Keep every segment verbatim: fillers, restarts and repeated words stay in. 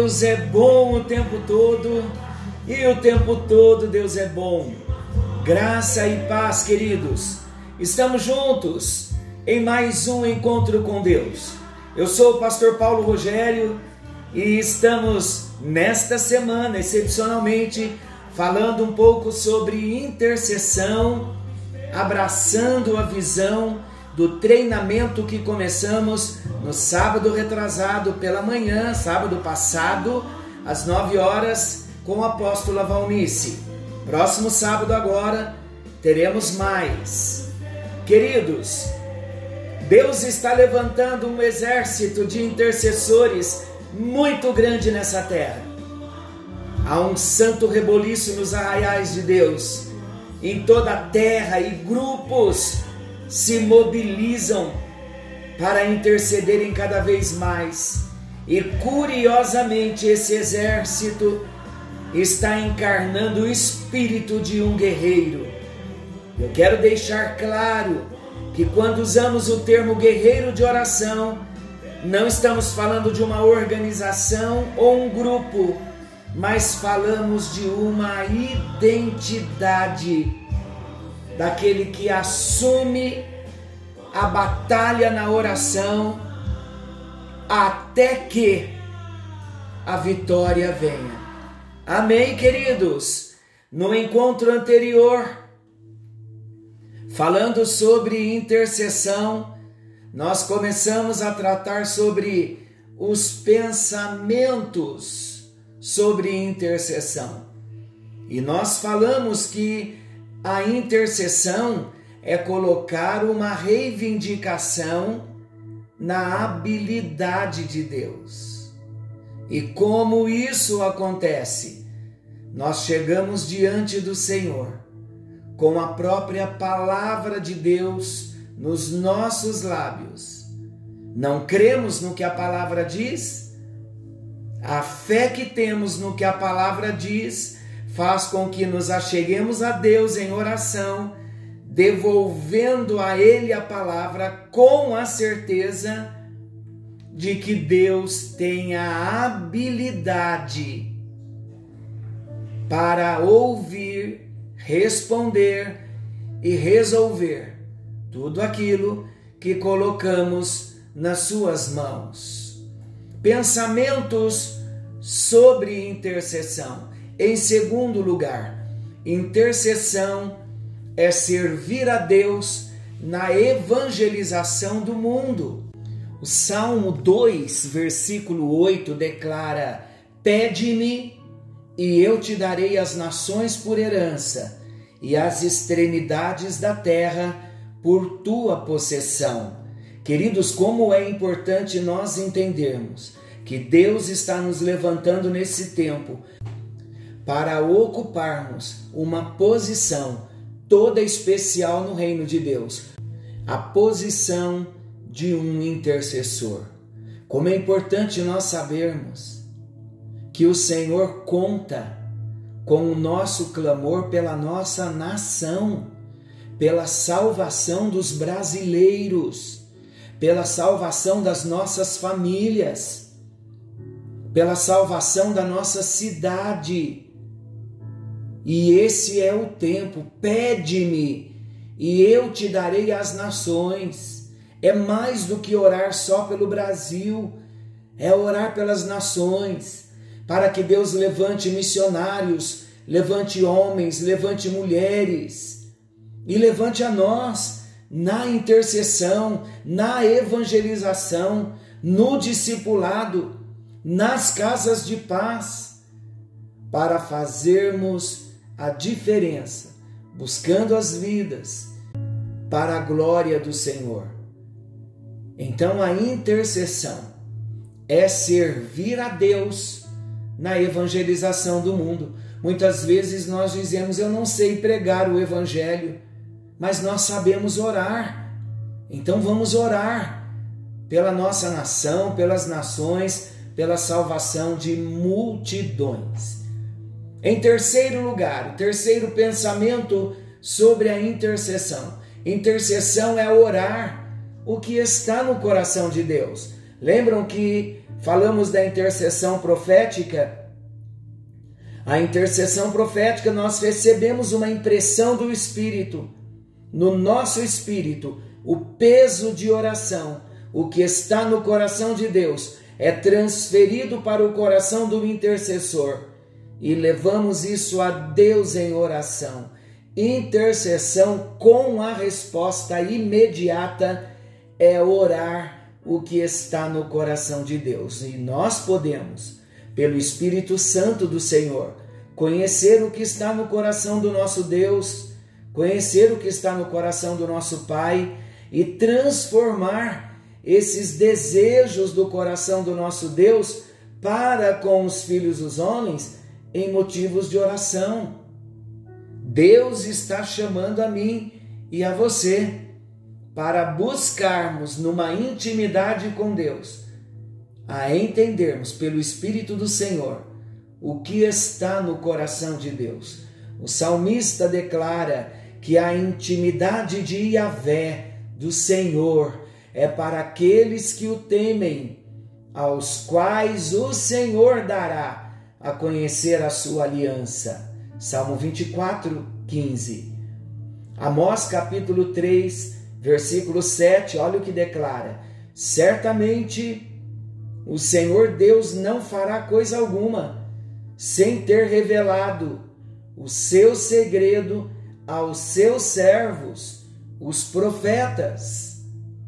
Deus é bom o tempo todo e o tempo todo Deus é bom. Graça e paz, queridos. Estamos juntos em mais um encontro com Deus. Eu sou o pastor Paulo Rogério e estamos nesta semana, excepcionalmente, falando um pouco sobre intercessão, abraçando a visão do treinamento que começamos no sábado retrasado pela manhã, sábado passado, às nove horas, com o apóstolo Valnice. Próximo sábado agora, teremos mais. Queridos, Deus está levantando um exército de intercessores muito grande nessa terra. Há um santo reboliço nos arraiais de Deus, em toda a terra, e grupos se mobilizam para intercederem cada vez mais. E curiosamente esse exército está encarnando o espírito de um guerreiro. Eu quero deixar claro que quando usamos o termo guerreiro de oração, não estamos falando de uma organização ou um grupo, mas falamos de uma identidade daquele que assume a batalha na oração até que a vitória venha. Amém, queridos? No encontro anterior, falando sobre intercessão, nós começamos a tratar sobre os pensamentos sobre intercessão. E nós falamos que a intercessão é colocar uma reivindicação na habilidade de Deus. E como isso acontece? Nós chegamos diante do Senhor com a própria palavra de Deus nos nossos lábios. Não cremos no que a palavra diz? A fé que temos no que a palavra diz faz com que nos acheguemos a Deus em oração, devolvendo a Ele a palavra com a certeza de que Deus tem a habilidade para ouvir, responder e resolver tudo aquilo que colocamos nas suas mãos. Pensamentos sobre intercessão. Em segundo lugar, intercessão é servir a Deus na evangelização do mundo. O Salmo dois, versículo oito declara: pede-me e eu te darei as nações por herança e as extremidades da terra por tua possessão. Queridos, como é importante nós entendermos que Deus está nos levantando nesse tempo para ocuparmos uma posição toda especial no reino de Deus, a posição de um intercessor. Como é importante nós sabermos que o Senhor conta com o nosso clamor pela nossa nação, pela salvação dos brasileiros, pela salvação das nossas famílias, pela salvação da nossa cidade. E esse é o tempo. Pede-me e eu te darei as nações. É mais do que orar só pelo Brasil, é orar pelas nações, para que Deus levante missionários, levante homens, levante mulheres e levante a nós na intercessão, na evangelização, no discipulado, nas casas de paz, para fazermos a diferença, buscando as vidas para a glória do Senhor. Então a intercessão é servir a Deus na evangelização do mundo. Muitas vezes nós dizemos: eu não sei pregar o evangelho, mas nós sabemos orar. Então vamos orar pela nossa nação, pelas nações, pela salvação de multidões. Em terceiro lugar, o terceiro pensamento sobre a intercessão. Intercessão é orar o que está no coração de Deus. Lembram que falamos da intercessão profética. A intercessão profética, nós recebemos uma impressão do Espírito, no nosso espírito, o peso de oração, o que está no coração de Deus, é transferido para o coração do intercessor e levamos isso a Deus em oração. Intercessão com a resposta imediata é orar o que está no coração de Deus. E nós podemos, pelo Espírito Santo do Senhor, conhecer o que está no coração do nosso Deus, conhecer o que está no coração do nosso Pai e transformar esses desejos do coração do nosso Deus para com os filhos dos homens em motivos de oração. Deus está chamando a mim e a você para buscarmos numa intimidade com Deus, a entendermos pelo Espírito do Senhor o que está no coração de Deus. O salmista declara que a intimidade de Yahvé, do Senhor, é para aqueles que o temem, aos quais o Senhor dará a conhecer a sua aliança. Salmo vinte e quatro, quinze. Amós capítulo três, versículo sete, olha o que declara: certamente o Senhor Deus não fará coisa alguma, sem ter revelado o seu segredo aos seus servos, os profetas.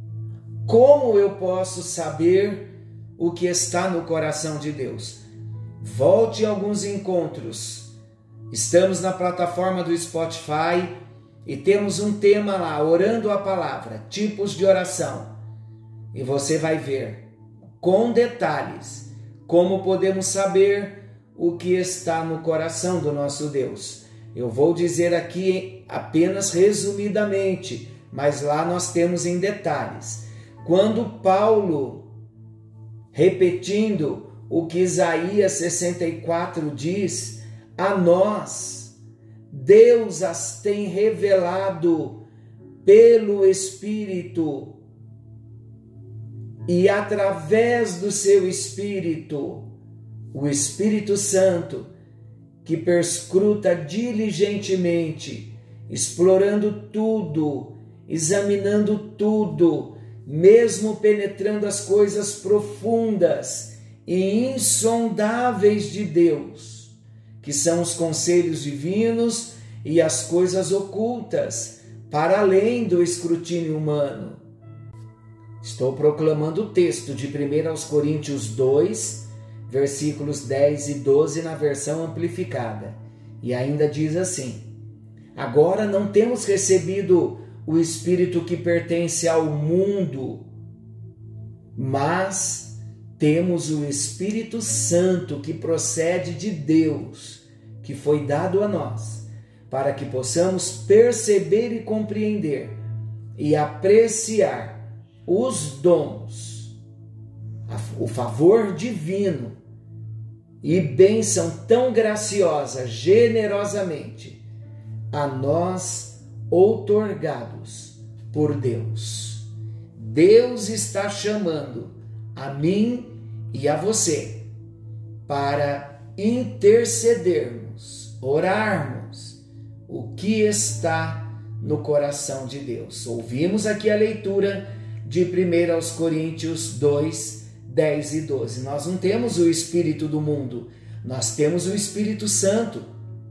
Como eu posso saber o que está no coração de Deus? Volte a alguns encontros. Estamos na plataforma do Spotify e temos um tema lá, orando a palavra, tipos de oração. E você vai ver com detalhes como podemos saber o que está no coração do nosso Deus. Eu vou dizer aqui apenas resumidamente, mas lá nós temos em detalhes. Quando Paulo, repetindo o que Isaías sessenta e quatro diz, a nós, Deus as tem revelado pelo Espírito e através do seu Espírito, o Espírito Santo, que perscruta diligentemente, explorando tudo, examinando tudo, mesmo penetrando as coisas profundas e insondáveis de Deus, que são os conselhos divinos e as coisas ocultas, para além do escrutínio humano. Estou proclamando o texto de primeira aos Coríntios dois, versículos dez e doze na versão amplificada. E ainda diz assim: agora não temos recebido o Espírito que pertence ao mundo, mas temos o Espírito Santo que procede de Deus, que foi dado a nós, para que possamos perceber e compreender e apreciar os dons, o favor divino e bênção tão graciosa, generosamente, a nós outorgados por Deus. Deus está chamando a mim e a você para intercedermos, orarmos o que está no coração de Deus. Ouvimos aqui a leitura de primeira aos Coríntios dois, dez e doze. Nós não temos o espírito do mundo, nós temos o Espírito Santo.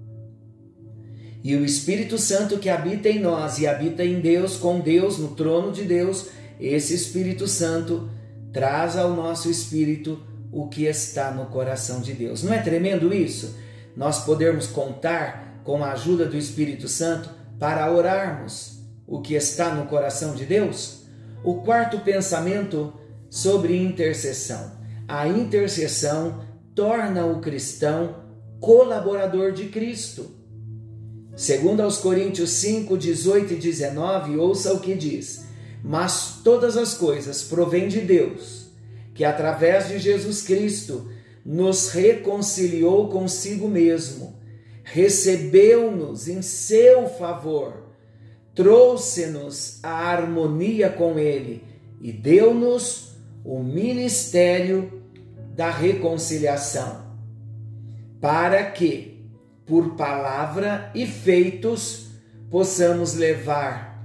E o Espírito Santo que habita em nós e habita em Deus, com Deus, no trono de Deus, esse Espírito Santo traz ao nosso espírito o que está no coração de Deus. Não é tremendo isso? Nós podermos contar com a ajuda do Espírito Santo para orarmos o que está no coração de Deus? O quarto pensamento sobre intercessão. A intercessão torna o cristão colaborador de Cristo. Segundo aos Coríntios cinco, dezoito e dezenove, ouça o que diz: mas todas as coisas provêm de Deus, que através de Jesus Cristo nos reconciliou consigo mesmo, recebeu-nos em seu favor, trouxe-nos a harmonia com Ele e deu-nos o ministério da reconciliação, para que, por palavra e feitos, possamos levar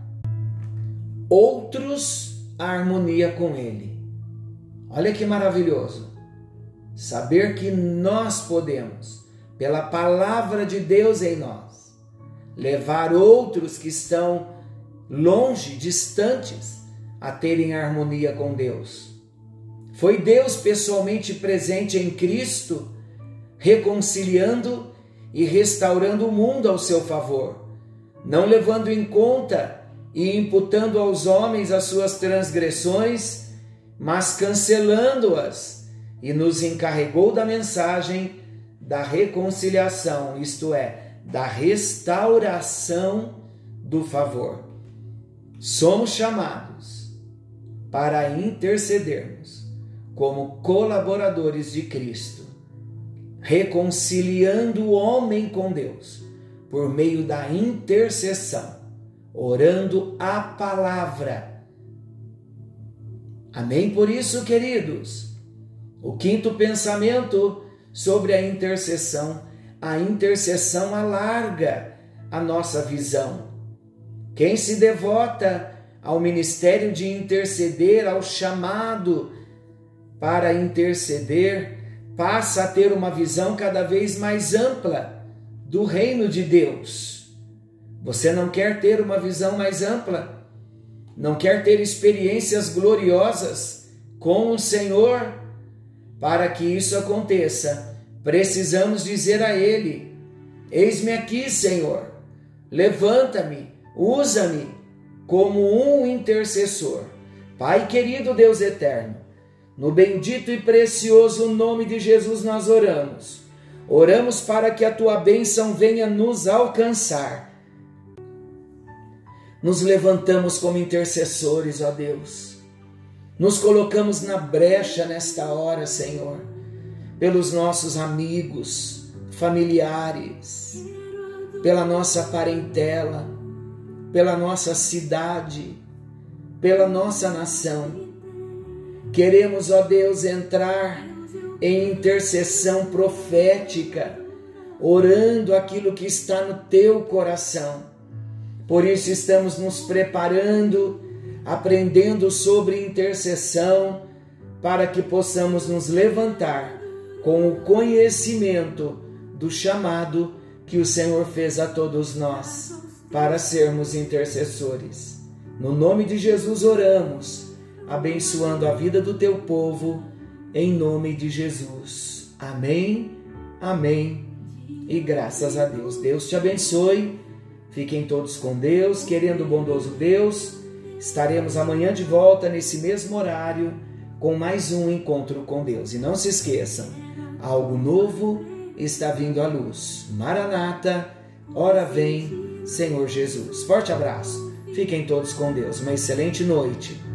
outros à harmonia com Ele. Olha que maravilhoso! Saber que nós podemos, pela palavra de Deus em nós, levar outros que estão longe, distantes, a terem harmonia com Deus. Foi Deus pessoalmente presente em Cristo, reconciliando e restaurando o mundo ao seu favor, não levando em conta e imputando aos homens as suas transgressões, mas cancelando-as, e nos encarregou da mensagem da reconciliação, isto é, da restauração do favor. Somos chamados para intercedermos como colaboradores de Cristo, reconciliando o homem com Deus por meio da intercessão, orando a palavra. Amém? Por isso, queridos, o quinto pensamento sobre a intercessão: a intercessão alarga a nossa visão. Quem se devota ao ministério de interceder, ao chamado para interceder, passa a ter uma visão cada vez mais ampla do reino de Deus. Você não quer ter uma visão mais ampla? Não quer ter experiências gloriosas com o Senhor? Para que isso aconteça, precisamos dizer a Ele: eis-me aqui, Senhor, levanta-me, usa-me como um intercessor. Pai querido, Deus eterno, no bendito e precioso nome de Jesus nós oramos. Oramos para que a Tua bênção venha nos alcançar. Nos levantamos como intercessores, ó Deus. Nos colocamos na brecha nesta hora, Senhor, pelos nossos amigos, familiares, pela nossa parentela, pela nossa cidade, pela nossa nação. Queremos, ó Deus, entrar em intercessão profética, orando aquilo que está no Teu coração. Por isso estamos nos preparando, aprendendo sobre intercessão, para que possamos nos levantar com o conhecimento do chamado que o Senhor fez a todos nós, para sermos intercessores. No nome de Jesus oramos, abençoando a vida do Teu povo, em nome de Jesus. Amém, amém e graças a Deus. Deus te abençoe, fiquem todos com Deus, querendo o bondoso Deus. Estaremos amanhã de volta nesse mesmo horário com mais um encontro com Deus. E não se esqueçam, algo novo está vindo à luz. Maranata, ora vem, Senhor Jesus. Forte abraço, fiquem todos com Deus. Uma excelente noite.